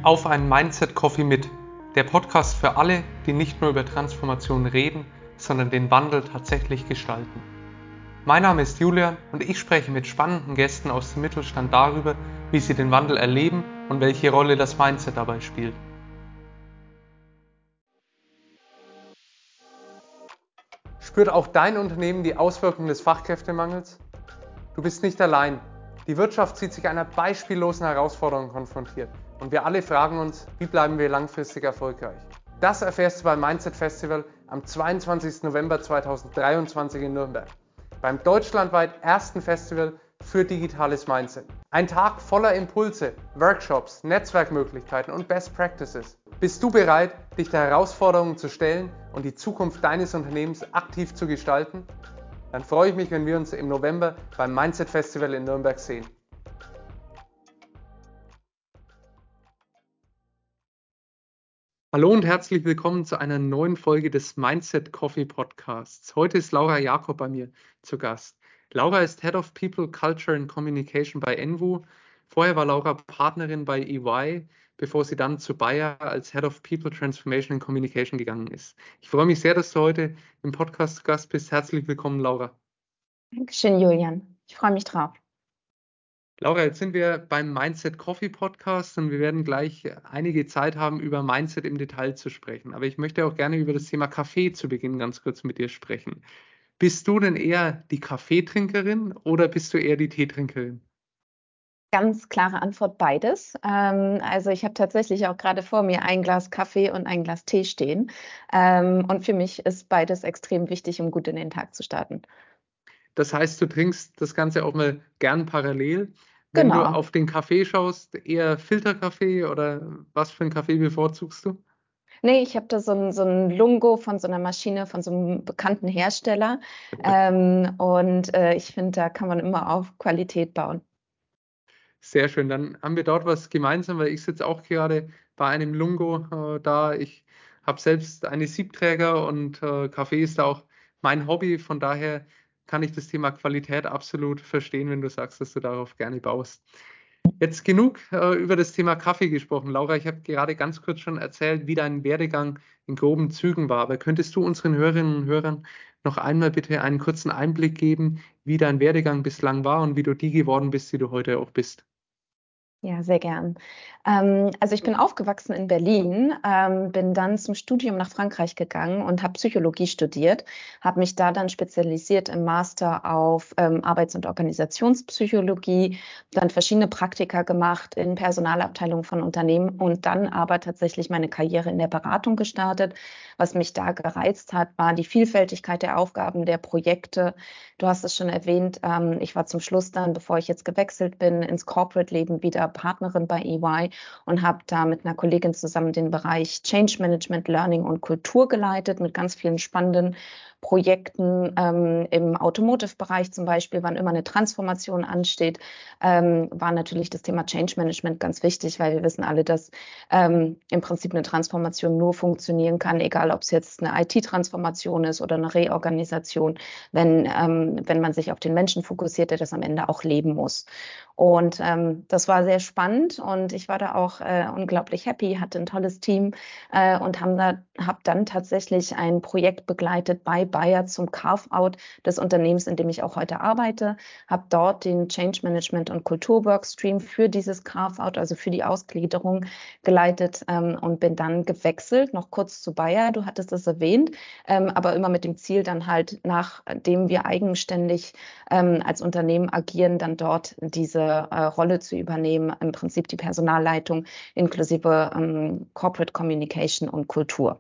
Auf einen Mindset Coffee mit, der Podcast für alle, die nicht nur über Transformation reden, sondern den Wandel tatsächlich gestalten. Mein Name ist Julian und ich spreche mit spannenden Gästen aus dem Mittelstand darüber, wie sie den Wandel erleben und welche Rolle das Mindset dabei spielt. Spürt auch dein Unternehmen die Auswirkungen des Fachkräftemangels? Du bist nicht allein. Die Wirtschaft sieht sich einer beispiellosen Herausforderung konfrontiert und wir alle fragen uns, wie bleiben wir langfristig erfolgreich? Das erfährst du beim Mindset Festival am 22. November 2023 in Nürnberg, beim deutschlandweit ersten Festival für digitales Mindset. Ein Tag voller Impulse, Workshops, Netzwerkmöglichkeiten und Best Practices. Bist du bereit, dich der Herausforderungen zu stellen und die Zukunft deines Unternehmens aktiv zu gestalten? Dann freue ich mich, wenn wir uns im November beim Mindset Festival in Nürnberg sehen. Hallo und herzlich willkommen zu einer neuen Folge des Mindset Coffee Podcasts. Heute ist Laura Jakob bei mir zu Gast. Laura ist Head of People, Culture and Communication bei Envu. Vorher war Laura Partnerin bei EY, bevor sie dann zu Bayer als Head of People Transformation and Communication gegangen ist. Ich freue mich sehr, dass du heute im Podcast zu Gast bist. Herzlich willkommen, Laura. Dankeschön, Julian. Ich freue mich drauf. Laura, jetzt sind wir beim Mindset Coffee Podcast und wir werden gleich einige Zeit haben, über Mindset im Detail zu sprechen. Aber ich möchte auch gerne über das Thema Kaffee zu Beginn ganz kurz mit dir sprechen. Bist du denn eher die Kaffeetrinkerin oder bist du eher die Teetrinkerin? Ganz klare Antwort, beides. Also ich habe tatsächlich auch gerade vor mir ein Glas Kaffee und ein Glas Tee stehen. Und für mich ist beides extrem wichtig, um gut in den Tag zu starten. Das heißt, du trinkst das Ganze auch mal gern parallel. Wenn du Genau. auf den Kaffee schaust, eher Filterkaffee oder was für einen Kaffee bevorzugst du? Nee, ich habe da so ein Lungo von so einer Maschine, von so einem bekannten Hersteller. Ich finde, da kann man immer auf Qualität bauen. Sehr schön, dann haben wir dort was gemeinsam, weil ich sitze auch gerade bei einem Lungo da. Ich habe selbst eine Siebträger und Kaffee ist da auch mein Hobby. Von daher kann ich das Thema Qualität absolut verstehen, wenn du sagst, dass du darauf gerne baust. Jetzt genug über das Thema Kaffee gesprochen. Laura, ich habe gerade ganz kurz schon erzählt, wie dein Werdegang in groben Zügen war. Aber könntest du unseren Hörerinnen und Hörern noch einmal bitte einen kurzen Einblick geben, wie dein Werdegang bislang war und wie du die geworden bist, die du heute auch bist? Ja, sehr gern. Also ich bin aufgewachsen in Berlin, bin dann zum Studium nach Frankreich gegangen und habe Psychologie studiert, habe mich da dann spezialisiert im Master auf Arbeits- und Organisationspsychologie, dann verschiedene Praktika gemacht in Personalabteilungen von Unternehmen und dann aber tatsächlich meine Karriere in der Beratung gestartet. Was mich da gereizt hat, war die Vielfältigkeit der Aufgaben, der Projekte. Du hast es schon erwähnt, ich war zum Schluss dann, bevor ich jetzt gewechselt bin, ins Corporate-Leben wieder Partnerin bei EY und habe da mit einer Kollegin zusammen den Bereich Change Management, Learning und Kultur geleitet mit ganz vielen spannenden Projekten im Automotive-Bereich zum Beispiel, wann immer eine Transformation ansteht, war natürlich das Thema Change Management ganz wichtig, weil wir wissen alle, dass im Prinzip eine Transformation nur funktionieren kann, egal ob es jetzt eine IT-Transformation ist oder eine Reorganisation, wenn man sich auf den Menschen fokussiert, der das am Ende auch leben muss. Und das war sehr spannend und ich war da auch unglaublich happy, hatte ein tolles Team und hab dann tatsächlich ein Projekt begleitet bei Bayer zum Carve-out des Unternehmens, in dem ich auch heute arbeite, habe dort den Change Management und Kultur Workstream für dieses Carve-out, also für die Ausgliederung geleitet und bin dann gewechselt, noch kurz zu Bayer, du hattest es erwähnt, aber immer mit dem Ziel dann halt, nachdem wir eigenständig als Unternehmen agieren, dann dort diese Rolle zu übernehmen, im Prinzip die Personalleitung inklusive Corporate Communication und Kultur.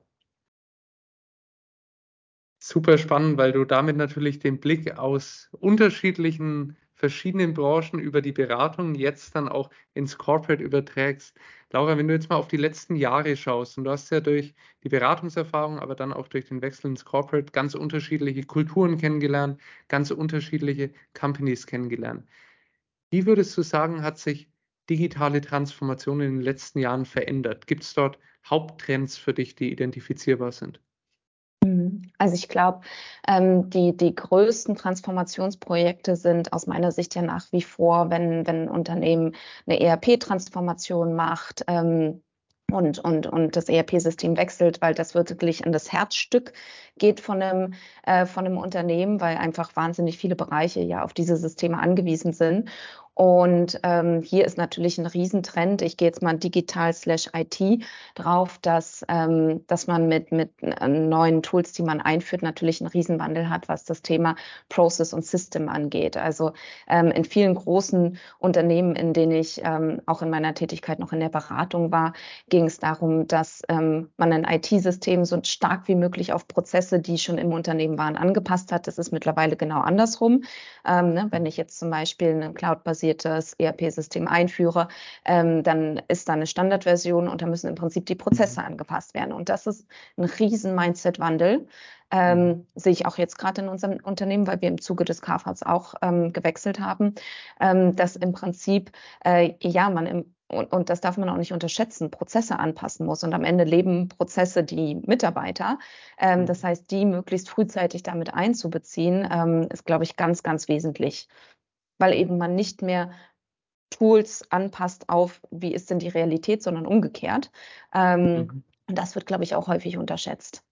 Super spannend, weil du damit natürlich den Blick aus unterschiedlichen, verschiedenen Branchen über die Beratung jetzt dann auch ins Corporate überträgst. Laura, wenn du jetzt mal auf die letzten Jahre schaust und du hast ja durch die Beratungserfahrung, aber dann auch durch den Wechsel ins Corporate ganz unterschiedliche Kulturen kennengelernt, ganz unterschiedliche Companies kennengelernt. Wie würdest du sagen, hat sich digitale Transformation in den letzten Jahren verändert? Gibt es dort Haupttrends für dich, die identifizierbar sind? Also ich glaube, die größten Transformationsprojekte sind aus meiner Sicht ja nach wie vor, wenn ein Unternehmen eine ERP-Transformation macht, und das ERP-System wechselt, weil das wirklich an das Herzstück geht von einem Unternehmen, weil einfach wahnsinnig viele Bereiche ja auf diese Systeme angewiesen sind. Und hier ist natürlich ein Riesentrend. Ich gehe jetzt mal digital/IT drauf, dass man mit neuen Tools, die man einführt, natürlich einen Riesenwandel hat, was das Thema Process und System angeht. Also in vielen großen Unternehmen, in denen ich auch in meiner Tätigkeit noch in der Beratung war, ging es darum, dass man ein IT-System so stark wie möglich auf Prozesse, die schon im Unternehmen waren, angepasst hat. Das ist mittlerweile genau andersrum. Wenn ich jetzt zum Beispiel ein cloud-basiertes ERP-System einführe, dann ist da eine Standardversion und da müssen im Prinzip die Prozesse angepasst werden. Und das ist ein riesen Mindset-Wandel. Sehe ich auch jetzt gerade in unserem Unternehmen, weil wir im Zuge des KV auch gewechselt haben, dass im Prinzip und das darf man auch nicht unterschätzen, Prozesse anpassen muss. Und am Ende leben Prozesse die Mitarbeiter. Das heißt, die möglichst frühzeitig damit einzubeziehen, ist, glaube ich, ganz, ganz wesentlich, weil eben man nicht mehr Tools anpasst auf, wie ist denn die Realität, sondern umgekehrt. Und das wird, glaube ich, auch häufig unterschätzt.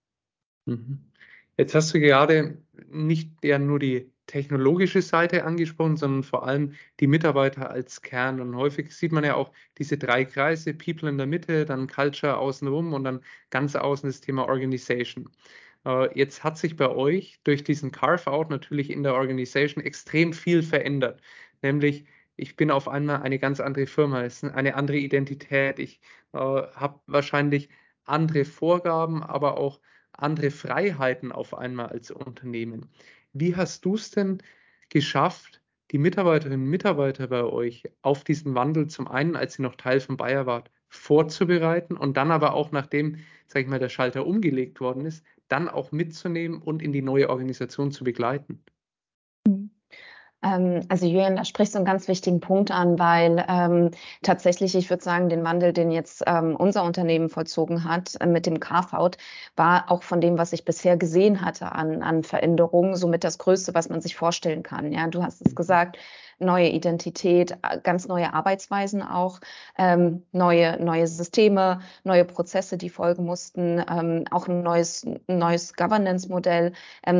Jetzt hast du gerade nicht ja nur die technologische Seite angesprochen, sondern vor allem die Mitarbeiter als Kern. Und häufig sieht man ja auch diese 3 Kreise, People in der Mitte, dann Culture außenrum und dann ganz außen das Thema Organization. Jetzt hat sich bei euch durch diesen Carve-out natürlich in der Organisation extrem viel verändert. Nämlich, ich bin auf einmal eine ganz andere Firma, es ist eine andere Identität. Ich habe wahrscheinlich andere Vorgaben, aber auch andere Freiheiten auf einmal als Unternehmen. Wie hast du es denn geschafft, die Mitarbeiterinnen und Mitarbeiter bei euch auf diesen Wandel zum einen, als ihr noch Teil von Bayer wart, vorzubereiten und dann aber auch, nachdem, sage ich mal, der Schalter umgelegt worden ist, dann auch mitzunehmen und in die neue Organisation zu begleiten? Also Julian, da sprichst du einen ganz wichtigen Punkt an, weil tatsächlich, ich würde sagen, den Wandel, den jetzt unser Unternehmen vollzogen hat mit dem Carve-out, war auch von dem, was ich bisher gesehen hatte an Veränderungen, somit das Größte, was man sich vorstellen kann. Ja, du hast es gesagt, neue Identität, ganz neue Arbeitsweisen auch, neue Systeme, neue Prozesse, die folgen mussten, auch ein neues Governance-Modell.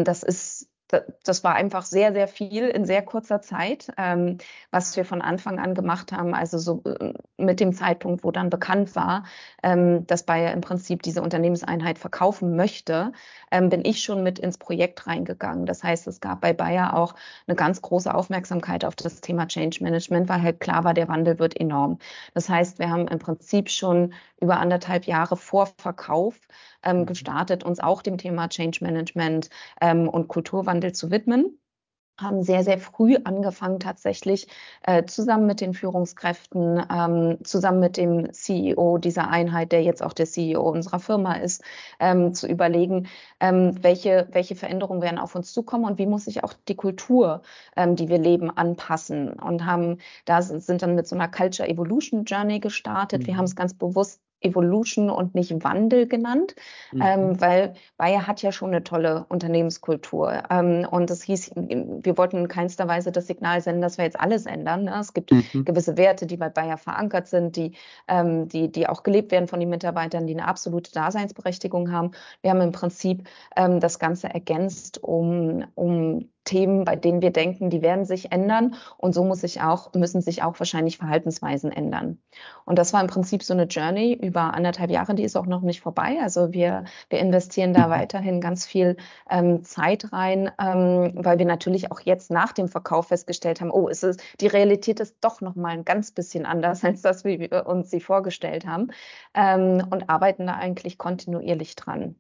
Das war einfach sehr, sehr viel in sehr kurzer Zeit, was wir von Anfang an gemacht haben. Also so mit dem Zeitpunkt, wo dann bekannt war, dass Bayer im Prinzip diese Unternehmenseinheit verkaufen möchte, bin ich schon mit ins Projekt reingegangen. Das heißt, es gab bei Bayer auch eine ganz große Aufmerksamkeit auf das Thema Change Management, weil halt klar war, der Wandel wird enorm. Das heißt, wir haben im Prinzip schon über 1,5 Jahre vor Verkauf gestartet, uns auch dem Thema Change Management und Kulturwandel zu widmen. Haben sehr, sehr früh angefangen, tatsächlich zusammen mit den Führungskräften, zusammen mit dem CEO dieser Einheit, der jetzt auch der CEO unserer Firma ist, zu überlegen, welche Veränderungen werden auf uns zukommen und wie muss sich auch die Kultur, die wir leben, anpassen. Und sind dann mit so einer Culture Evolution Journey gestartet. Wir haben es ganz bewusst Evolution und nicht Wandel genannt, weil Bayer hat ja schon eine tolle Unternehmenskultur. Und es hieß, wir wollten in keinster Weise das Signal senden, dass wir jetzt alles ändern. Ne? Es gibt gewisse Werte, die bei Bayer verankert sind, die auch gelebt werden von den Mitarbeitern, die eine absolute Daseinsberechtigung haben. Wir haben im Prinzip das Ganze ergänzt um Themen, bei denen wir denken, die werden sich ändern und so müssen sich auch wahrscheinlich Verhaltensweisen ändern. Und das war im Prinzip so eine Journey über 1,5 Jahre, die ist auch noch nicht vorbei. Also wir investieren da weiterhin ganz viel Zeit rein, weil wir natürlich auch jetzt nach dem Verkauf festgestellt haben, die Realität ist doch noch mal ein ganz bisschen anders, als das, wie wir uns sie vorgestellt haben, und arbeiten da eigentlich kontinuierlich dran.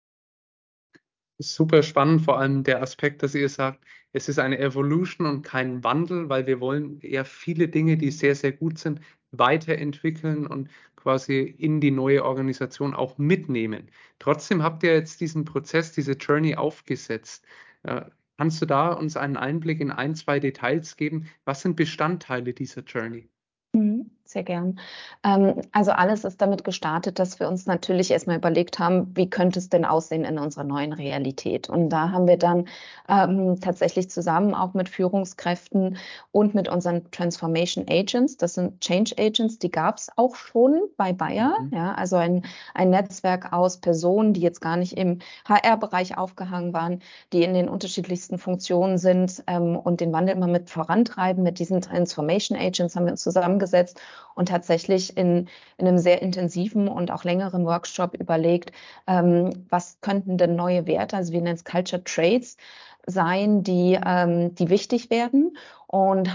Super spannend, vor allem der Aspekt, dass ihr sagt, es ist eine Evolution und kein Wandel, weil wir wollen eher viele Dinge, die sehr, sehr gut sind, weiterentwickeln und quasi in die neue Organisation auch mitnehmen. Trotzdem habt ihr jetzt diesen Prozess, diese Journey aufgesetzt. Kannst du da uns einen Einblick in 1, 2 Details geben? Was sind Bestandteile dieser Journey? sehr gern. Also alles ist damit gestartet, dass wir uns natürlich erstmal überlegt haben, wie könnte es denn aussehen in unserer neuen Realität? Und da haben wir dann tatsächlich zusammen auch mit Führungskräften und mit unseren Transformation Agents, das sind Change Agents, die gab es auch schon bei Bayer, ja, also ein Netzwerk aus Personen, die jetzt gar nicht im HR-Bereich aufgehangen waren, die in den unterschiedlichsten Funktionen sind und den Wandel immer mit vorantreiben. Mit diesen Transformation Agents haben wir uns zusammengesetzt und tatsächlich in einem sehr intensiven und auch längeren Workshop überlegt, was könnten denn neue Werte, also wir nennen es Culture Traits, sein, die wichtig werden und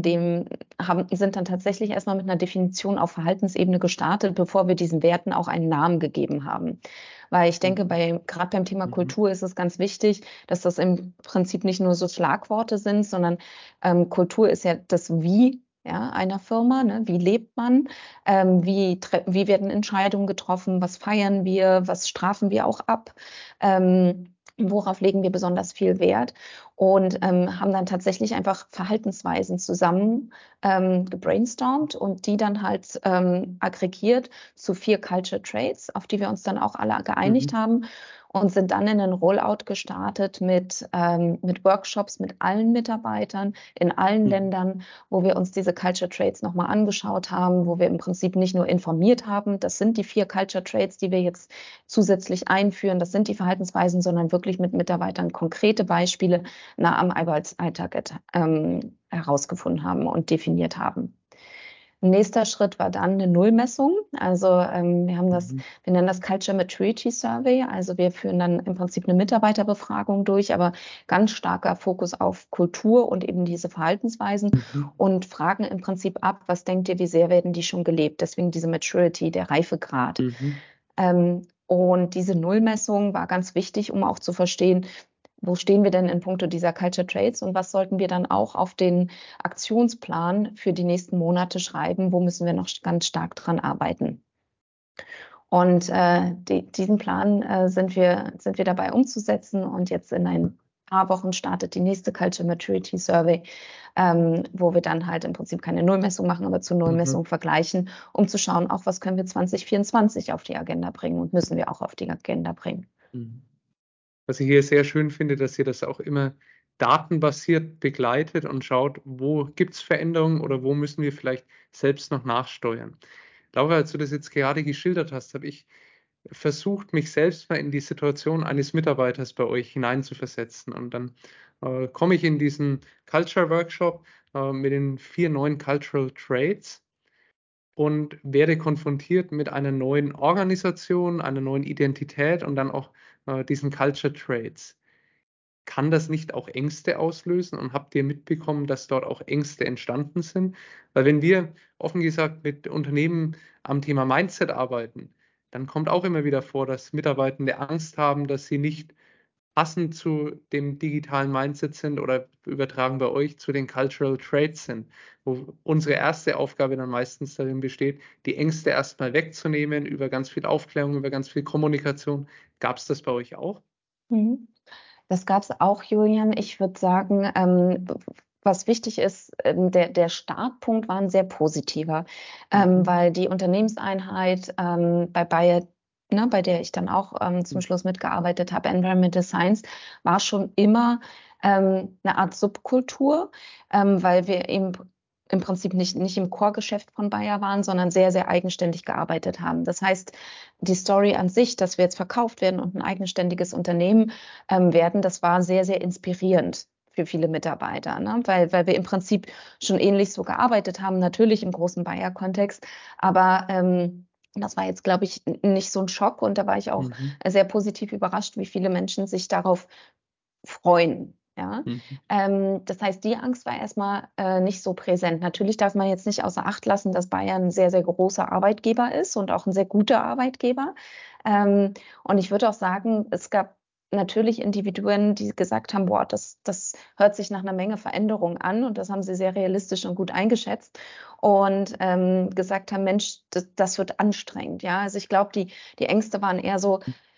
sind dann tatsächlich erstmal mit einer Definition auf Verhaltensebene gestartet, bevor wir diesen Werten auch einen Namen gegeben haben. Weil ich denke, gerade beim Thema Kultur ist es ganz wichtig, dass das im Prinzip nicht nur so Schlagworte sind, sondern Kultur ist ja das Wie, ja, einer Firma, ne? Wie lebt man, wie werden Entscheidungen getroffen, was feiern wir, was strafen wir auch ab, worauf legen wir besonders viel Wert und haben dann tatsächlich einfach Verhaltensweisen zusammen gebrainstormt und die dann halt aggregiert zu 4 Culture Traits, auf die wir uns dann auch alle geeinigt haben und sind dann in den Rollout gestartet mit Workshops mit allen Mitarbeitern in allen Ländern, wo wir uns diese Culture Traits nochmal angeschaut haben, wo wir im Prinzip nicht nur informiert haben, das sind die 4 Culture Traits, die wir jetzt zusätzlich einführen, das sind die Verhaltensweisen, sondern wirklich mit Mitarbeitern konkrete Beispiele nah am Arbeitsalltag herausgefunden haben und definiert haben. Nächster Schritt war dann eine Nullmessung. Also wir nennen das Culture Maturity Survey. Also wir führen dann im Prinzip eine Mitarbeiterbefragung durch, aber ganz starker Fokus auf Kultur und eben diese Verhaltensweisen und fragen im Prinzip ab, was denkt ihr, wie sehr werden die schon gelebt? Deswegen diese Maturity, der Reifegrad. Und diese Nullmessung war ganz wichtig, um auch zu verstehen, wo stehen wir denn in puncto dieser Culture Traits und was sollten wir dann auch auf den Aktionsplan für die nächsten Monate schreiben? Wo müssen wir noch ganz stark dran arbeiten? Und diesen Plan sind wir dabei umzusetzen und jetzt in ein paar Wochen startet die nächste Culture Maturity Survey, wo wir dann halt im Prinzip keine Nullmessung machen, aber zur Nullmessung vergleichen, um zu schauen, auch was können wir 2024 auf die Agenda bringen und müssen wir auch auf die Agenda bringen. Was ich hier sehr schön finde, dass ihr das auch immer datenbasiert begleitet und schaut, wo gibt es Veränderungen oder wo müssen wir vielleicht selbst noch nachsteuern. Laura, als du das jetzt gerade geschildert hast, habe ich versucht, mich selbst mal in die Situation eines Mitarbeiters bei euch hineinzuversetzen. Und dann komme ich in diesen Culture Workshop mit den 4 neuen Cultural Traits und werde konfrontiert mit einer neuen Organisation, einer neuen Identität und dann auch diesen Culture Traits. Kann das nicht auch Ängste auslösen? Und habt ihr mitbekommen, dass dort auch Ängste entstanden sind? Weil wenn wir offen gesagt mit Unternehmen am Thema Mindset arbeiten, dann kommt auch immer wieder vor, dass Mitarbeitende Angst haben, dass sie nicht passend zu dem digitalen Mindset sind oder übertragen bei euch zu den Cultural Traits sind, wo unsere erste Aufgabe dann meistens darin besteht, die Ängste erstmal wegzunehmen, über ganz viel Aufklärung, über ganz viel Kommunikation. Gab es das bei euch auch? Das gab es auch, Julian. Ich würde sagen, was wichtig ist, der Startpunkt war ein sehr positiver, weil die Unternehmenseinheit bei Bayer, ne, bei der ich dann auch zum Schluss mitgearbeitet habe, Environmental Science, war schon immer eine Art Subkultur, weil wir eben im Prinzip nicht im Core-Geschäft von Bayer waren, sondern sehr, sehr eigenständig gearbeitet haben. Das heißt, die Story an sich, dass wir jetzt verkauft werden und ein eigenständiges Unternehmen werden, das war sehr, sehr inspirierend für viele Mitarbeiter, ne? Weil wir im Prinzip schon ähnlich so gearbeitet haben, natürlich im großen Bayer-Kontext, aber das war jetzt, glaube ich, nicht so ein Schock und da war ich auch sehr positiv überrascht, wie viele Menschen sich darauf freuen. Ja, das heißt, die Angst war erstmal nicht so präsent. Natürlich darf man jetzt nicht außer Acht lassen, dass Bayern ein sehr, sehr großer Arbeitgeber ist und auch ein sehr guter Arbeitgeber. Und ich würde auch sagen, es gab natürlich Individuen, die gesagt haben, boah, das hört sich nach einer Menge Veränderung an und das haben sie sehr realistisch und gut eingeschätzt und gesagt haben, Mensch, das wird anstrengend. Ja, also ich glaube, die Ängste waren eher so,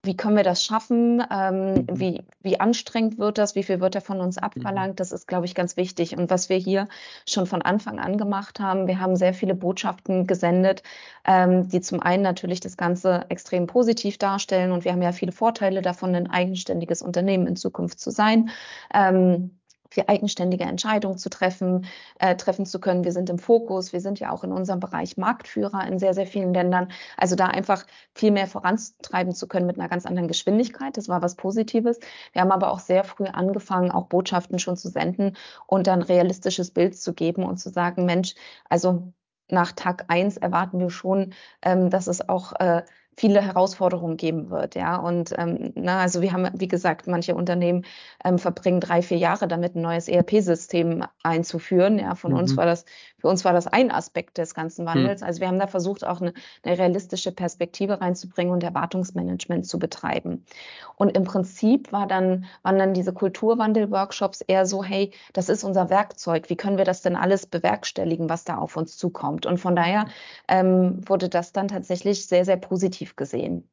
wie können wir das schaffen? Wie anstrengend wird das? Wie viel wird da von uns abverlangt? Das ist, glaube ich, ganz wichtig. Und was wir hier schon von Anfang an gemacht haben, wir haben sehr viele Botschaften gesendet, die zum einen natürlich das Ganze extrem positiv darstellen. Und wir haben ja viele Vorteile davon, ein eigenständiges Unternehmen in Zukunft zu sein. Für eigenständige Entscheidungen treffen zu können. Wir sind im Fokus. Wir sind ja auch in unserem Bereich Marktführer in sehr, sehr vielen Ländern. Also da einfach viel mehr vorantreiben zu können mit einer ganz anderen Geschwindigkeit. Das war was Positives. Wir haben aber auch sehr früh angefangen, auch Botschaften schon zu senden und dann realistisches Bild zu geben und zu sagen, Mensch, also nach Tag 1 erwarten wir schon, dass es auch viele Herausforderungen geben wird, ja. Und also wir haben, wie gesagt, manche Unternehmen verbringen 3-4 Jahre damit, ein neues ERP-System einzuführen. Ja, für uns war das ein Aspekt des ganzen Wandels. Also wir haben da versucht, auch eine realistische Perspektive reinzubringen und Erwartungsmanagement zu betreiben. Und im Prinzip waren dann diese Kulturwandel-Workshops eher so, hey, das ist unser Werkzeug. Wie können wir das denn alles bewerkstelligen, was da auf uns zukommt? Und von daher wurde das dann tatsächlich sehr, sehr positiv gesehen.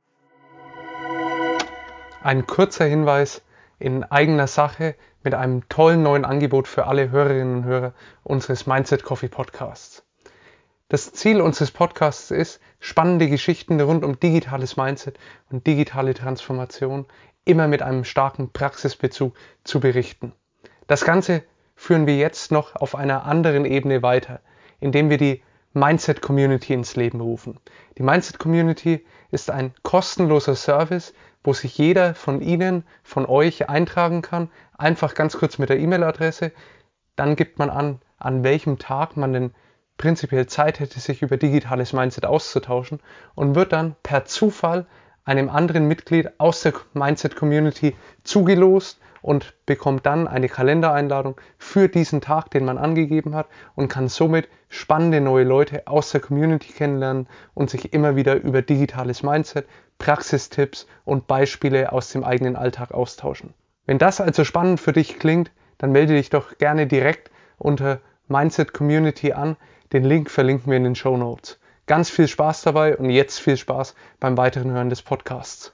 Ein kurzer Hinweis in eigener Sache mit einem tollen neuen Angebot für alle Hörerinnen und Hörer unseres Mindset Coffee Podcasts. Das Ziel unseres Podcasts ist, spannende Geschichten rund um digitales Mindset und digitale Transformation immer mit einem starken Praxisbezug zu berichten. Das Ganze führen wir jetzt noch auf einer anderen Ebene weiter, indem wir die Mindset Community ins Leben rufen. Die Mindset Community ist ein kostenloser Service, wo sich jeder von Ihnen, von euch eintragen kann, einfach ganz kurz mit der E-Mail-Adresse. Dann gibt man an welchem Tag man denn prinzipiell Zeit hätte, sich über digitales Mindset auszutauschen und wird dann per Zufall einem anderen Mitglied aus der Mindset Community zugelost und bekommt dann eine Kalendereinladung für diesen Tag, den man angegeben hat, und kann somit spannende neue Leute aus der Community kennenlernen und sich immer wieder über digitales Mindset, Praxistipps und Beispiele aus dem eigenen Alltag austauschen. Wenn das also spannend für dich klingt, dann melde dich doch gerne direkt unter Mindset Community an. Den Link verlinken wir in den Shownotes. Ganz viel Spaß dabei und jetzt viel Spaß beim weiteren Hören des Podcasts.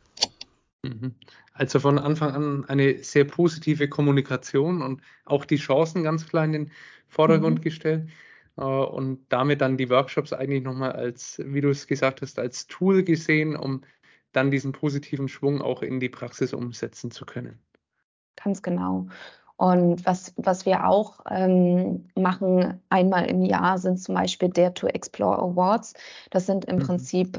Also von Anfang an eine sehr positive Kommunikation und auch die Chancen ganz klar in den Vordergrund gestellt und damit dann die Workshops eigentlich nochmal als, wie du es gesagt hast, als Tool gesehen, um dann diesen positiven Schwung auch in die Praxis umsetzen zu können. Ganz genau. Und was wir auch machen einmal im Jahr, sind zum Beispiel Dare to Explore Awards. Das sind im Prinzip,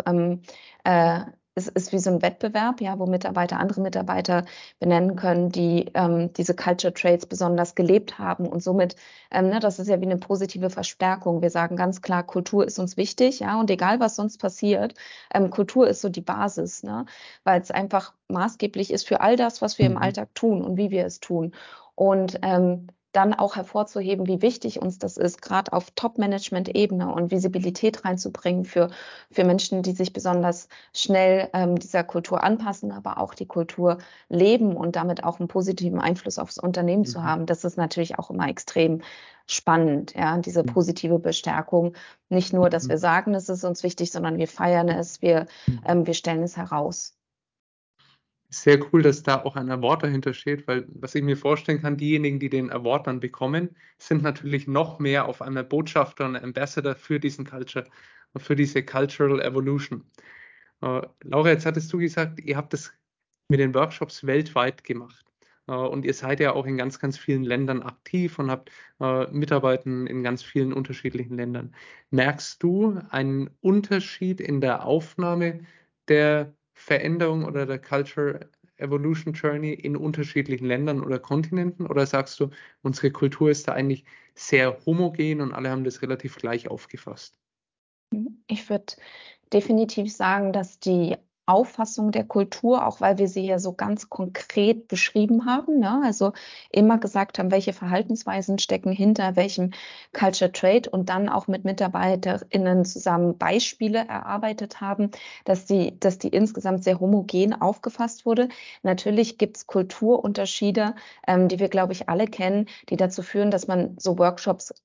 es ist wie so ein Wettbewerb, ja, wo andere Mitarbeiter benennen können, die diese Culture Traits besonders gelebt haben. Und somit, das ist ja wie eine positive Verstärkung. Wir sagen ganz klar, Kultur ist uns wichtig, ja, und egal was sonst passiert, Kultur ist so die Basis, ne, weil es einfach maßgeblich ist für all das, was wir im Alltag tun und wie wir es tun. Und dann auch hervorzuheben, wie wichtig uns das ist, gerade auf Top-Management-Ebene und Visibilität reinzubringen für Menschen, die sich besonders schnell dieser Kultur anpassen, aber auch die Kultur leben und damit auch einen positiven Einfluss aufs Unternehmen zu haben. Das ist natürlich auch immer extrem spannend, ja, diese positive Bestärkung. Nicht nur, dass wir sagen, es ist uns wichtig, sondern wir feiern es, wir stellen es heraus. Sehr cool, dass da auch ein Award dahinter steht, weil was ich mir vorstellen kann, diejenigen, die den Award dann bekommen, sind natürlich noch mehr auf einmal Botschafter und Ambassador für diesen Culture und für diese Cultural Evolution. Laura, jetzt hattest du gesagt, ihr habt das mit den Workshops weltweit gemacht. Und ihr seid ja auch in ganz, ganz vielen Ländern aktiv und habt Mitarbeiter in ganz vielen unterschiedlichen Ländern. Merkst du einen Unterschied in der Aufnahme der Veränderung oder der Culture Evolution Journey in unterschiedlichen Ländern oder Kontinenten? Oder sagst du, unsere Kultur ist da eigentlich sehr homogen und alle haben das relativ gleich aufgefasst? Ich würde definitiv sagen, dass die Auffassung der Kultur, auch weil wir sie ja so ganz konkret beschrieben haben, ne? Also immer gesagt haben, welche Verhaltensweisen stecken hinter welchem Culture Trait und dann auch mit MitarbeiterInnen zusammen Beispiele erarbeitet haben, dass die insgesamt sehr homogen aufgefasst wurde. Natürlich gibt es Kulturunterschiede, die wir, glaube ich, alle kennen, die dazu führen, dass man so Workshops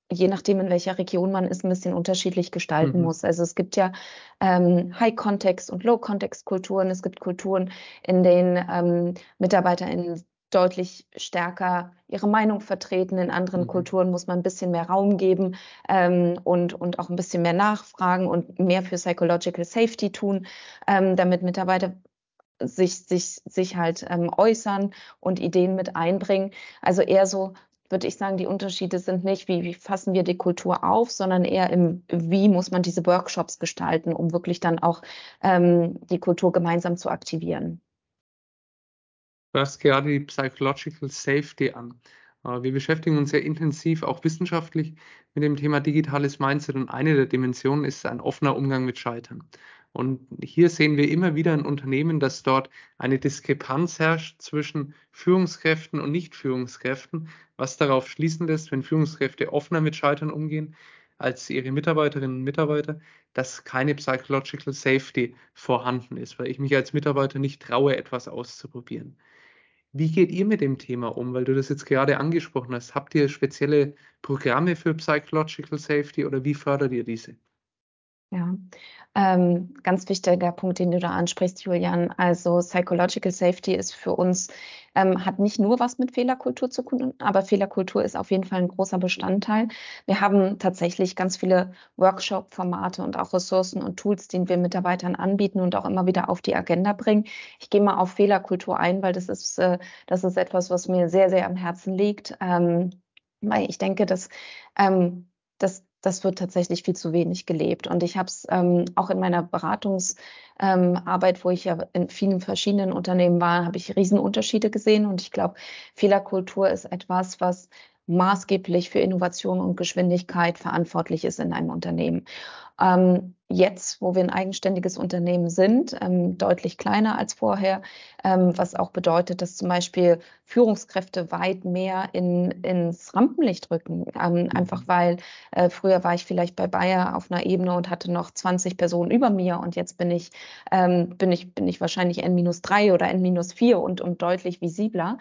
je nachdem, in welcher Region man ist, ein bisschen unterschiedlich gestalten Mhm. muss. Also es gibt ja High-Context- und Low-Context-Kulturen. Es gibt Kulturen, in denen MitarbeiterInnen deutlich stärker ihre Meinung vertreten. In anderen Mhm. Kulturen muss man ein bisschen mehr Raum geben und auch ein bisschen mehr nachfragen und mehr für Psychological Safety tun, damit Mitarbeiter sich halt äußern und Ideen mit einbringen. Also eher so, würde ich sagen, die Unterschiede sind nicht, wie fassen wir die Kultur auf, sondern eher wie muss man diese Workshops gestalten, um wirklich dann auch die Kultur gemeinsam zu aktivieren. Du hast gerade die Psychological Safety an. Wir beschäftigen uns sehr intensiv, auch wissenschaftlich, mit dem Thema digitales Mindset und eine der Dimensionen ist ein offener Umgang mit Scheitern. Und hier sehen wir immer wieder in Unternehmen, dass dort eine Diskrepanz herrscht zwischen Führungskräften und Nicht-Führungskräften, was darauf schließen lässt, wenn Führungskräfte offener mit Scheitern umgehen als ihre Mitarbeiterinnen und Mitarbeiter, dass keine Psychological Safety vorhanden ist, weil ich mich als Mitarbeiter nicht traue, etwas auszuprobieren. Wie geht ihr mit dem Thema um? Weil du das jetzt gerade angesprochen hast. Habt ihr spezielle Programme für Psychological Safety oder wie fördert ihr diese? Ja, ganz wichtiger Punkt, den du da ansprichst, Julian. Also Psychological Safety ist für uns, hat nicht nur was mit Fehlerkultur zu tun, aber Fehlerkultur ist auf jeden Fall ein großer Bestandteil. Wir haben tatsächlich ganz viele Workshop-Formate und auch Ressourcen und Tools, die wir Mitarbeitern anbieten und auch immer wieder auf die Agenda bringen. Ich gehe mal auf Fehlerkultur ein, weil das ist etwas, was mir sehr, sehr am Herzen liegt. Weil ich denke, das wird tatsächlich viel zu wenig gelebt. Und ich habe es auch in meiner Beratungsarbeit, wo ich ja in vielen verschiedenen Unternehmen war, habe ich Riesenunterschiede gesehen. Und ich glaube, Fehlerkultur ist etwas, was maßgeblich für Innovation und Geschwindigkeit verantwortlich ist in einem Unternehmen. Jetzt, wo wir ein eigenständiges Unternehmen sind, deutlich kleiner als vorher, was auch bedeutet, dass zum Beispiel Führungskräfte weit mehr ins Rampenlicht rücken. Einfach weil früher war ich vielleicht bei Bayer auf einer Ebene und hatte noch 20 Personen über mir und jetzt bin ich wahrscheinlich N-3 oder N-4 und deutlich visibler.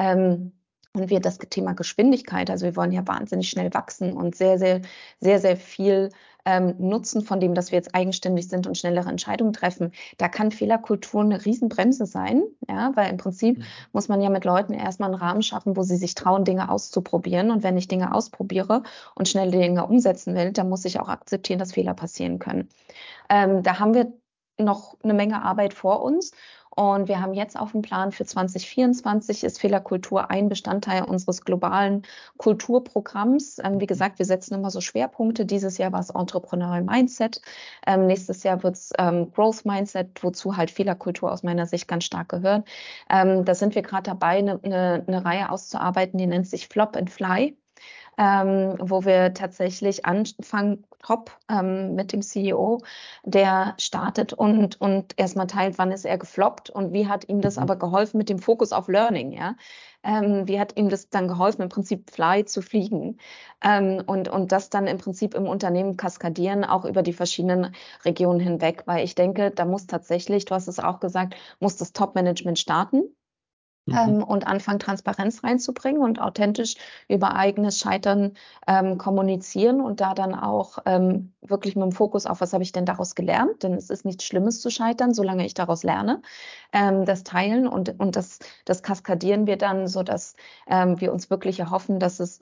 Und wir das Thema Geschwindigkeit, also wir wollen ja wahnsinnig schnell wachsen und sehr, sehr, sehr, sehr viel nutzen von dem, dass wir jetzt eigenständig sind und schnellere Entscheidungen treffen. Da kann Fehlerkultur eine Riesenbremse sein, ja, weil im Prinzip muss man ja mit Leuten erstmal einen Rahmen schaffen, wo sie sich trauen, Dinge auszuprobieren. Und wenn ich Dinge ausprobiere und schnell Dinge umsetzen will, dann muss ich auch akzeptieren, dass Fehler passieren können. Da haben wir noch eine Menge Arbeit vor uns. Und wir haben jetzt auf dem Plan für 2024 ist Fehlerkultur ein Bestandteil unseres globalen Kulturprogramms. Wie gesagt, wir setzen immer so Schwerpunkte. Dieses Jahr war es Entrepreneurial Mindset. Nächstes Jahr wird es Growth Mindset, wozu halt Fehlerkultur aus meiner Sicht ganz stark gehört. Da sind wir gerade dabei, eine Reihe auszuarbeiten, die nennt sich Flop and Fly. Wo wir tatsächlich anfangen, top mit dem CEO, der startet und erstmal teilt, wann ist er gefloppt und wie hat ihm das Mhm. aber geholfen mit dem Fokus auf Learning, ja. Wie hat ihm das dann geholfen, im Prinzip Fly zu fliegen und das dann im Prinzip im Unternehmen kaskadieren, auch über die verschiedenen Regionen hinweg, weil ich denke, da muss tatsächlich, du hast es auch gesagt, muss das Top-Management starten Mhm. und anfangen, Transparenz reinzubringen und authentisch über eigenes Scheitern kommunizieren und da dann auch wirklich mit dem Fokus auf, was habe ich denn daraus gelernt? Denn es ist nichts Schlimmes zu scheitern, solange ich daraus lerne. Das Teilen und das kaskadieren wir dann, sodass wir uns wirklich erhoffen, dass es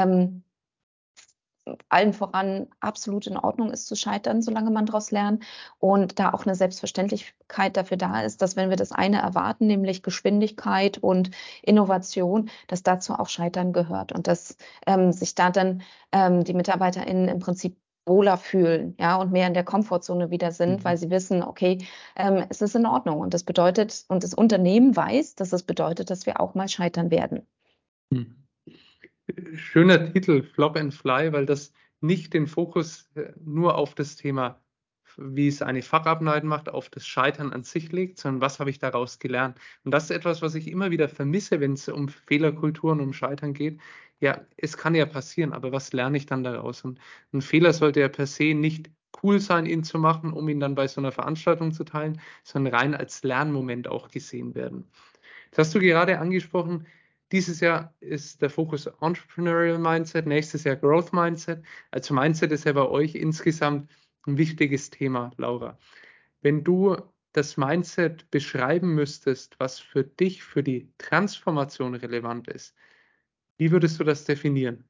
allen voran absolut in Ordnung ist zu scheitern, solange man daraus lernt und da auch eine Selbstverständlichkeit dafür da ist, dass wenn wir das eine erwarten, nämlich Geschwindigkeit und Innovation, dass dazu auch Scheitern gehört und dass sich da dann die MitarbeiterInnen im Prinzip wohler fühlen, ja, und mehr in der Komfortzone wieder sind, Mhm. weil sie wissen, okay, es ist in Ordnung und das bedeutet, und das Unternehmen weiß, dass es bedeutet, dass wir auch mal scheitern werden. Mhm. Schöner Titel, Flop and Fly, weil das nicht den Fokus nur auf das Thema, wie es eine Fachabneigung macht, auf das Scheitern an sich legt, sondern was habe ich daraus gelernt. Und das ist etwas, was ich immer wieder vermisse, wenn es um Fehlerkulturen, um Scheitern geht. Ja, es kann ja passieren, aber was lerne ich dann daraus? Und ein Fehler sollte ja per se nicht cool sein, ihn zu machen, um ihn dann bei so einer Veranstaltung zu teilen, sondern rein als Lernmoment auch gesehen werden. Das hast du gerade angesprochen, Dieses Jahr ist der Fokus Entrepreneurial Mindset, nächstes Jahr Growth Mindset. Also Mindset ist ja bei euch insgesamt ein wichtiges Thema, Laura. Wenn du das Mindset beschreiben müsstest, was für dich, für die Transformation relevant ist, wie würdest du das definieren?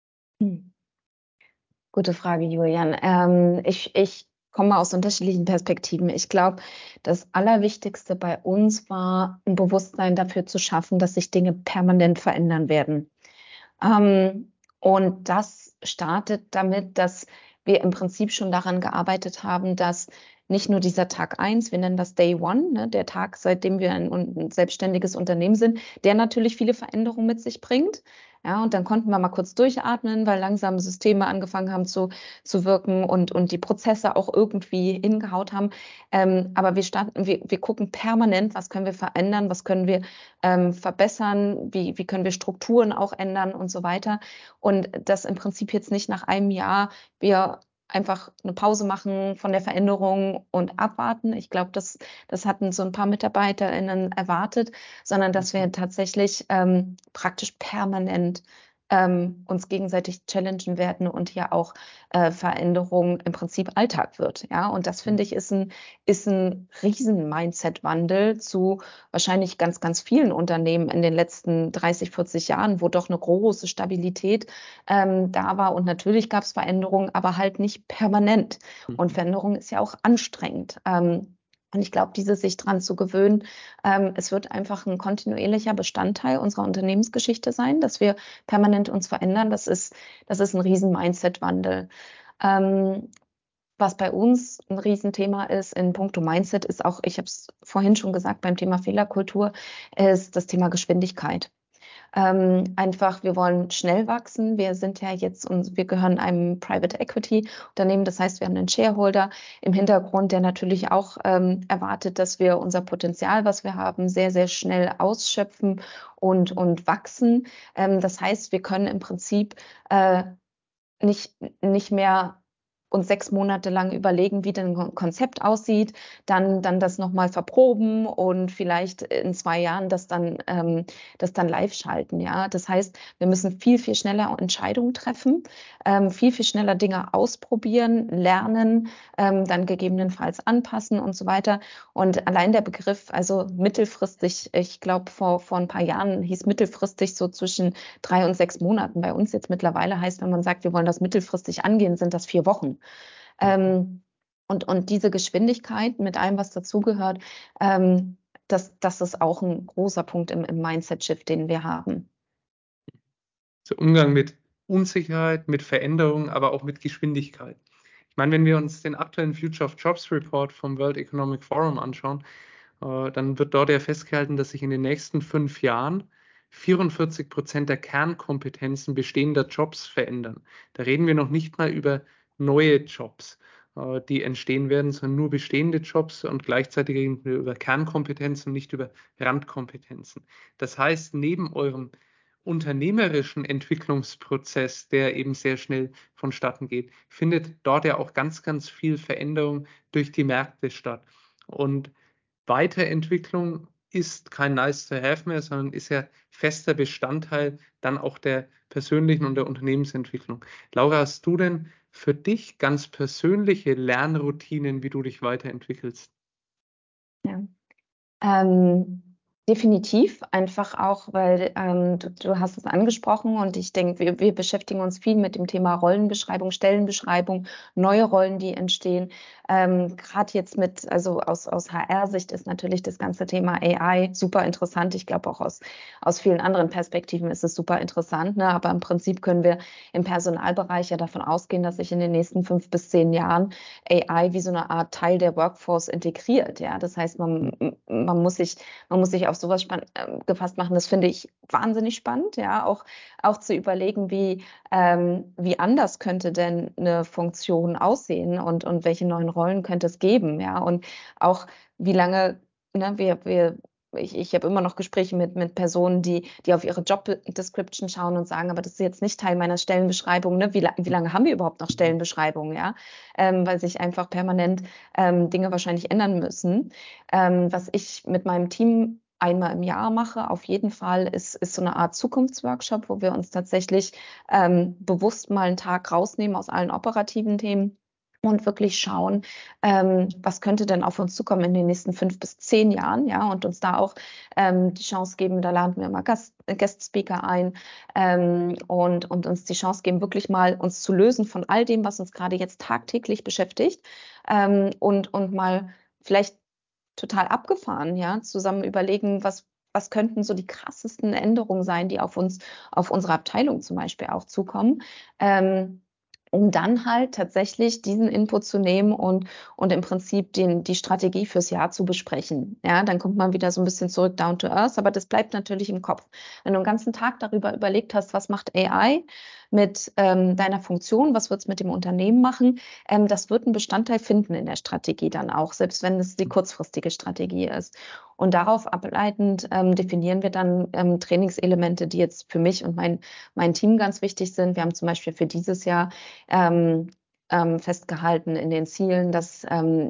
Gute Frage, Julian. Ich komme aus unterschiedlichen Perspektiven. Ich glaube, das Allerwichtigste bei uns war, ein Bewusstsein dafür zu schaffen, dass sich Dinge permanent verändern werden. Und das startet damit, dass wir im Prinzip schon daran gearbeitet haben, dass nicht nur dieser Tag eins, wir nennen das Day One, ne, der Tag, seitdem wir ein selbstständiges Unternehmen sind, der natürlich viele Veränderungen mit sich bringt. Ja, und dann konnten wir mal kurz durchatmen, weil langsam Systeme angefangen haben zu wirken und die Prozesse auch irgendwie hingehaut haben. Aber wir gucken permanent, was können wir verändern, was können wir verbessern, wie können wir Strukturen auch ändern und so weiter. Und das im Prinzip jetzt nicht nach einem Jahr wir einfach eine Pause machen von der Veränderung und abwarten. Ich glaube, das hatten so ein paar MitarbeiterInnen erwartet, sondern dass wir tatsächlich praktisch permanent uns gegenseitig challengen werden und ja auch Veränderung im Prinzip Alltag wird. Ja, und das finde ich ist ein riesen Mindset-Wandel zu wahrscheinlich ganz, ganz vielen Unternehmen in den letzten 30, 40 Jahren, wo doch eine große Stabilität da war. Und natürlich gab es Veränderungen, aber halt nicht permanent. Und Veränderung ist ja auch anstrengend. Und ich glaube, sich dran zu gewöhnen, es wird einfach ein kontinuierlicher Bestandteil unserer Unternehmensgeschichte sein, dass wir permanent uns verändern. Das ist ein riesen Mindset-Wandel. Ähm, Was bei uns ein Riesenthema ist in puncto Mindset, ist auch, ich habe es vorhin schon gesagt, beim Thema Fehlerkultur, ist das Thema Geschwindigkeit. Einfach, wir wollen schnell wachsen. Wir sind ja jetzt und wir gehören einem Private Equity Unternehmen. Das heißt, wir haben einen Shareholder im Hintergrund, der natürlich auch erwartet, dass wir unser Potenzial, was wir haben, sehr, sehr schnell ausschöpfen und wachsen. Das heißt, wir können im Prinzip nicht mehr uns 6 Monate lang überlegen, wie denn ein Konzept aussieht, dann das nochmal verproben und vielleicht in 2 Jahren das dann live schalten. Ja? Das heißt, wir müssen viel, viel schneller Entscheidungen treffen, viel, viel schneller Dinge ausprobieren, lernen, dann gegebenenfalls anpassen und so weiter. Und allein der Begriff, also mittelfristig, ich glaube, vor ein paar Jahren hieß mittelfristig so zwischen 3 und 6 Monaten. Bei uns jetzt mittlerweile heißt, wenn man sagt, wir wollen das mittelfristig angehen, sind das 4 Wochen. Ähm, und diese Geschwindigkeit mit allem, was dazugehört, das ist auch ein großer Punkt im Mindset-Shift, den wir haben. So Umgang mit Unsicherheit, mit Veränderung, aber auch mit Geschwindigkeit. Ich meine, wenn wir uns den aktuellen Future of Jobs Report vom World Economic Forum anschauen, dann wird dort ja festgehalten, dass sich in den nächsten 5 Jahren 44% der Kernkompetenzen bestehender Jobs verändern. Da reden wir noch nicht mal über neue Jobs, die entstehen werden, sondern nur bestehende Jobs und gleichzeitig reden wir über Kernkompetenzen und nicht über Randkompetenzen. Das heißt, neben eurem unternehmerischen Entwicklungsprozess, der eben sehr schnell vonstatten geht, findet dort ja auch ganz, ganz viel Veränderung durch die Märkte statt. Und Weiterentwicklung ist kein nice to have mehr, sondern ist ja fester Bestandteil dann auch der persönlichen und der Unternehmensentwicklung. Laura, hast du denn für dich ganz persönliche Lernroutinen, wie du dich weiterentwickelst? Ja. Ähm, Definitiv, einfach auch, weil du hast es angesprochen und ich denke, wir beschäftigen uns viel mit dem Thema Rollenbeschreibung, Stellenbeschreibung, neue Rollen, die entstehen. Gerade jetzt also aus HR-Sicht ist natürlich das ganze Thema AI super interessant. Ich glaube auch aus vielen anderen Perspektiven ist es super interessant, ne? Aber im Prinzip können wir im Personalbereich ja davon ausgehen, dass sich in den nächsten 5 bis 10 Jahren AI wie so eine Art Teil der Workforce integriert. Ja, das heißt, man muss sich auf sowas gefasst machen. Das finde ich wahnsinnig spannend, ja, auch zu überlegen, wie anders könnte denn eine Funktion aussehen und welche neuen Rollen könnte es geben, ja, und auch wie lange, ne, ich habe immer noch Gespräche mit Personen, die auf ihre Job Description schauen und sagen, aber das ist jetzt nicht Teil meiner Stellenbeschreibung, ne? Wie lange haben wir überhaupt noch Stellenbeschreibungen, ja? Weil sich einfach permanent Dinge wahrscheinlich ändern müssen. Was ich mit meinem Team einmal im Jahr mache, auf jeden Fall, ist so eine Art Zukunftsworkshop, wo wir uns tatsächlich bewusst mal einen Tag rausnehmen aus allen operativen Themen und wirklich schauen, was könnte denn auf uns zukommen in den nächsten 5 bis 10 Jahren, ja, und uns da auch die Chance geben, da laden wir mal Guest-Speaker ein, und uns die Chance geben, wirklich mal uns zu lösen von all dem, was uns gerade jetzt tagtäglich beschäftigt, und mal vielleicht total abgefahren, ja, zusammen überlegen, was könnten so die krassesten Änderungen sein, die auf uns, auf unsere Abteilung zum Beispiel auch zukommen, um dann halt tatsächlich diesen Input zu nehmen und im Prinzip die Strategie fürs Jahr zu besprechen. Ja, dann kommt man wieder so ein bisschen zurück down to earth, aber das bleibt natürlich im Kopf. Wenn du einen ganzen Tag darüber überlegt hast, was macht AI mit deiner Funktion, was wird es mit dem Unternehmen machen, das wird einen Bestandteil finden in der Strategie dann auch, selbst wenn es die kurzfristige Strategie ist. Und darauf ableitend definieren wir dann Trainingselemente, die jetzt für mich und mein Team ganz wichtig sind. Wir haben zum Beispiel für dieses Jahr festgehalten in den Zielen, dass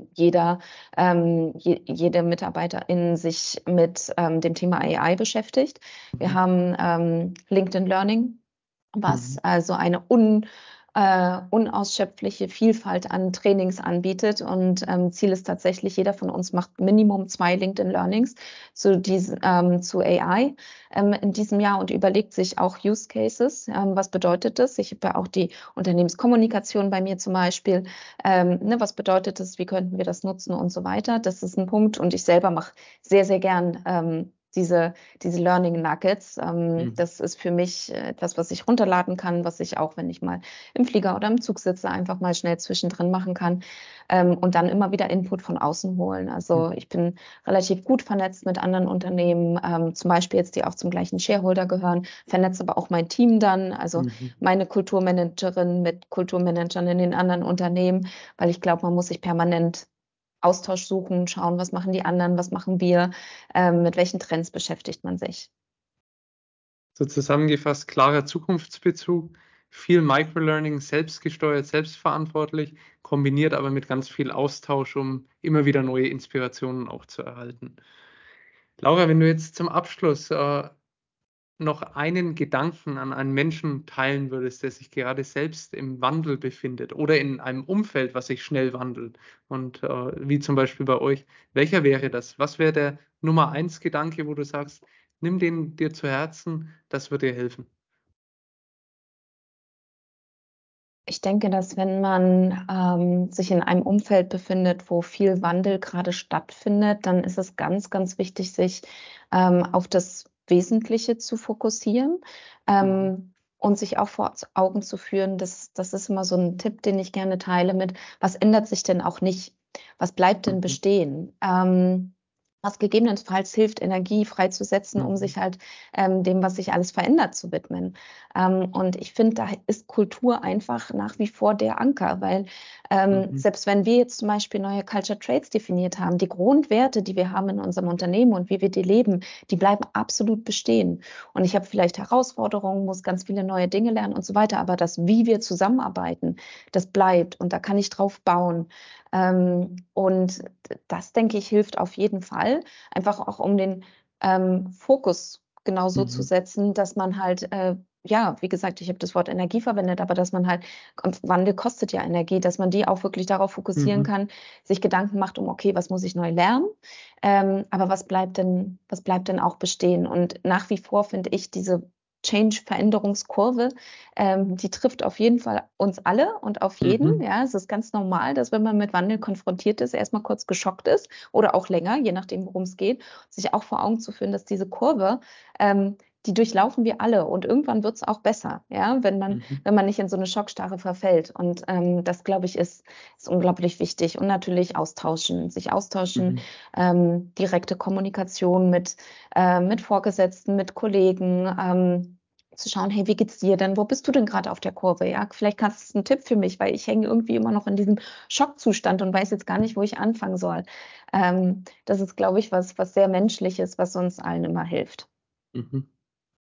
jede Mitarbeiterin sich mit dem Thema AI beschäftigt. Wir Mhm. haben LinkedIn Learning, was Mhm. also eine unausschöpfliche Vielfalt an Trainings anbietet. Und Ziel ist tatsächlich, jeder von uns macht Minimum 2 LinkedIn Learnings zu AI in diesem Jahr und überlegt sich auch Use Cases. Was bedeutet das? Ich habe ja auch die Unternehmenskommunikation bei mir zum Beispiel. Ne, was bedeutet das? Wie könnten wir das nutzen und so weiter? Das ist ein Punkt. Und ich selber mache sehr, sehr gern diese Learning Nuggets. Mhm. Das ist für mich etwas, was ich runterladen kann, was ich auch, wenn ich mal im Flieger oder im Zug sitze, einfach mal schnell zwischendrin machen kann, und dann immer wieder Input von außen holen. Also Mhm. ich bin relativ gut vernetzt mit anderen Unternehmen, zum Beispiel jetzt, die auch zum gleichen Shareholder gehören, vernetze aber auch mein Team dann, also Mhm. meine Kulturmanagerin mit Kulturmanagern in den anderen Unternehmen, weil ich glaube, man muss sich permanent Austausch suchen, schauen, was machen die anderen, was machen wir, mit welchen Trends beschäftigt man sich. So zusammengefasst, klarer Zukunftsbezug, viel Microlearning, selbstgesteuert, selbstverantwortlich, kombiniert aber mit ganz viel Austausch, um immer wieder neue Inspirationen auch zu erhalten. Laura, wenn du jetzt zum Abschluss noch einen Gedanken an einen Menschen teilen würdest, der sich gerade selbst im Wandel befindet oder in einem Umfeld, was sich schnell wandelt und wie zum Beispiel bei euch, welcher wäre das? Was wäre der Nummer eins Gedanke, wo du sagst, nimm den dir zu Herzen, das wird dir helfen? Ich denke, dass wenn man sich in einem Umfeld befindet, wo viel Wandel gerade stattfindet, dann ist es ganz, ganz wichtig, sich auf das Wesentliche zu fokussieren, Mhm. und sich auch vor Augen zu führen, das ist immer so ein Tipp, den ich gerne teile mit, was ändert sich denn auch nicht? Was bleibt denn Mhm. bestehen? Was gegebenenfalls hilft, Energie freizusetzen, um Mhm. sich halt dem, was sich alles verändert, zu widmen. Und ich finde, da ist Kultur einfach nach wie vor der Anker, weil Mhm. selbst wenn wir jetzt zum Beispiel neue Culture Traits definiert haben, die Grundwerte, die wir haben in unserem Unternehmen und wie wir die leben, die bleiben absolut bestehen. Und ich habe vielleicht Herausforderungen, muss ganz viele neue Dinge lernen und so weiter, aber das, wie wir zusammenarbeiten, das bleibt und da kann ich drauf bauen. Und das, denke ich, hilft auf jeden Fall, einfach auch um den Fokus genau so zu Mhm. setzen, dass man halt, ja, wie gesagt, ich habe das Wort Energie verwendet, aber dass man halt, Wandel kostet ja Energie, dass man die auch wirklich darauf fokussieren Mhm. kann, sich Gedanken macht um, okay, was muss ich neu lernen, aber was bleibt denn auch bestehen? Und nach wie vor finde ich diese Change-Veränderungskurve, die trifft auf jeden Fall uns alle und auf jeden. Mhm. Ja, es ist ganz normal, dass wenn man mit Wandel konfrontiert ist, erstmal kurz geschockt ist oder auch länger, je nachdem, worum es geht, sich auch vor Augen zu führen, dass diese Kurve, die durchlaufen wir alle und irgendwann wird es auch besser, ja, Mhm. wenn man nicht in so eine Schockstarre verfällt. Und das, glaube ich, ist unglaublich wichtig. Und natürlich austauschen, sich austauschen, Mhm. direkte Kommunikation mit Vorgesetzten, mit Kollegen, zu schauen, hey, wie geht's dir denn? Wo bist du denn gerade auf der Kurve? Ja, vielleicht kannst du einen Tipp für mich, weil ich hänge irgendwie immer noch in diesem Schockzustand und weiß jetzt gar nicht, wo ich anfangen soll. Das ist, glaube ich, was sehr Menschliches, was uns allen immer hilft. Mhm.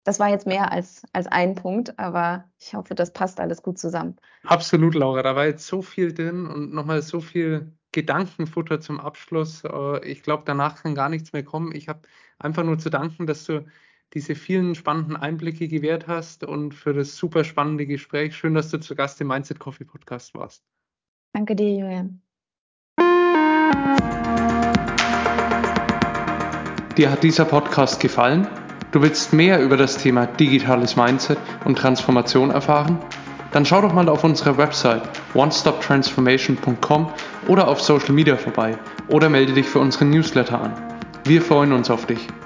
Das war jetzt mehr als ein Punkt, aber ich hoffe, das passt alles gut zusammen. Absolut, Laura. Da war jetzt so viel drin und nochmal so viel Gedankenfutter zum Abschluss. Ich glaube, danach kann gar nichts mehr kommen. Ich habe einfach nur zu danken, dass du diese vielen spannenden Einblicke gewährt hast und für das super spannende Gespräch. Schön, dass du zu Gast im Mindset Coffee Podcast warst. Danke dir, Julian. Dir hat dieser Podcast gefallen? Du willst mehr über das Thema digitales Mindset und Transformation erfahren? Dann schau doch mal auf unserer Website onestoptransformation.com oder auf Social Media vorbei oder melde dich für unseren Newsletter an. Wir freuen uns auf dich.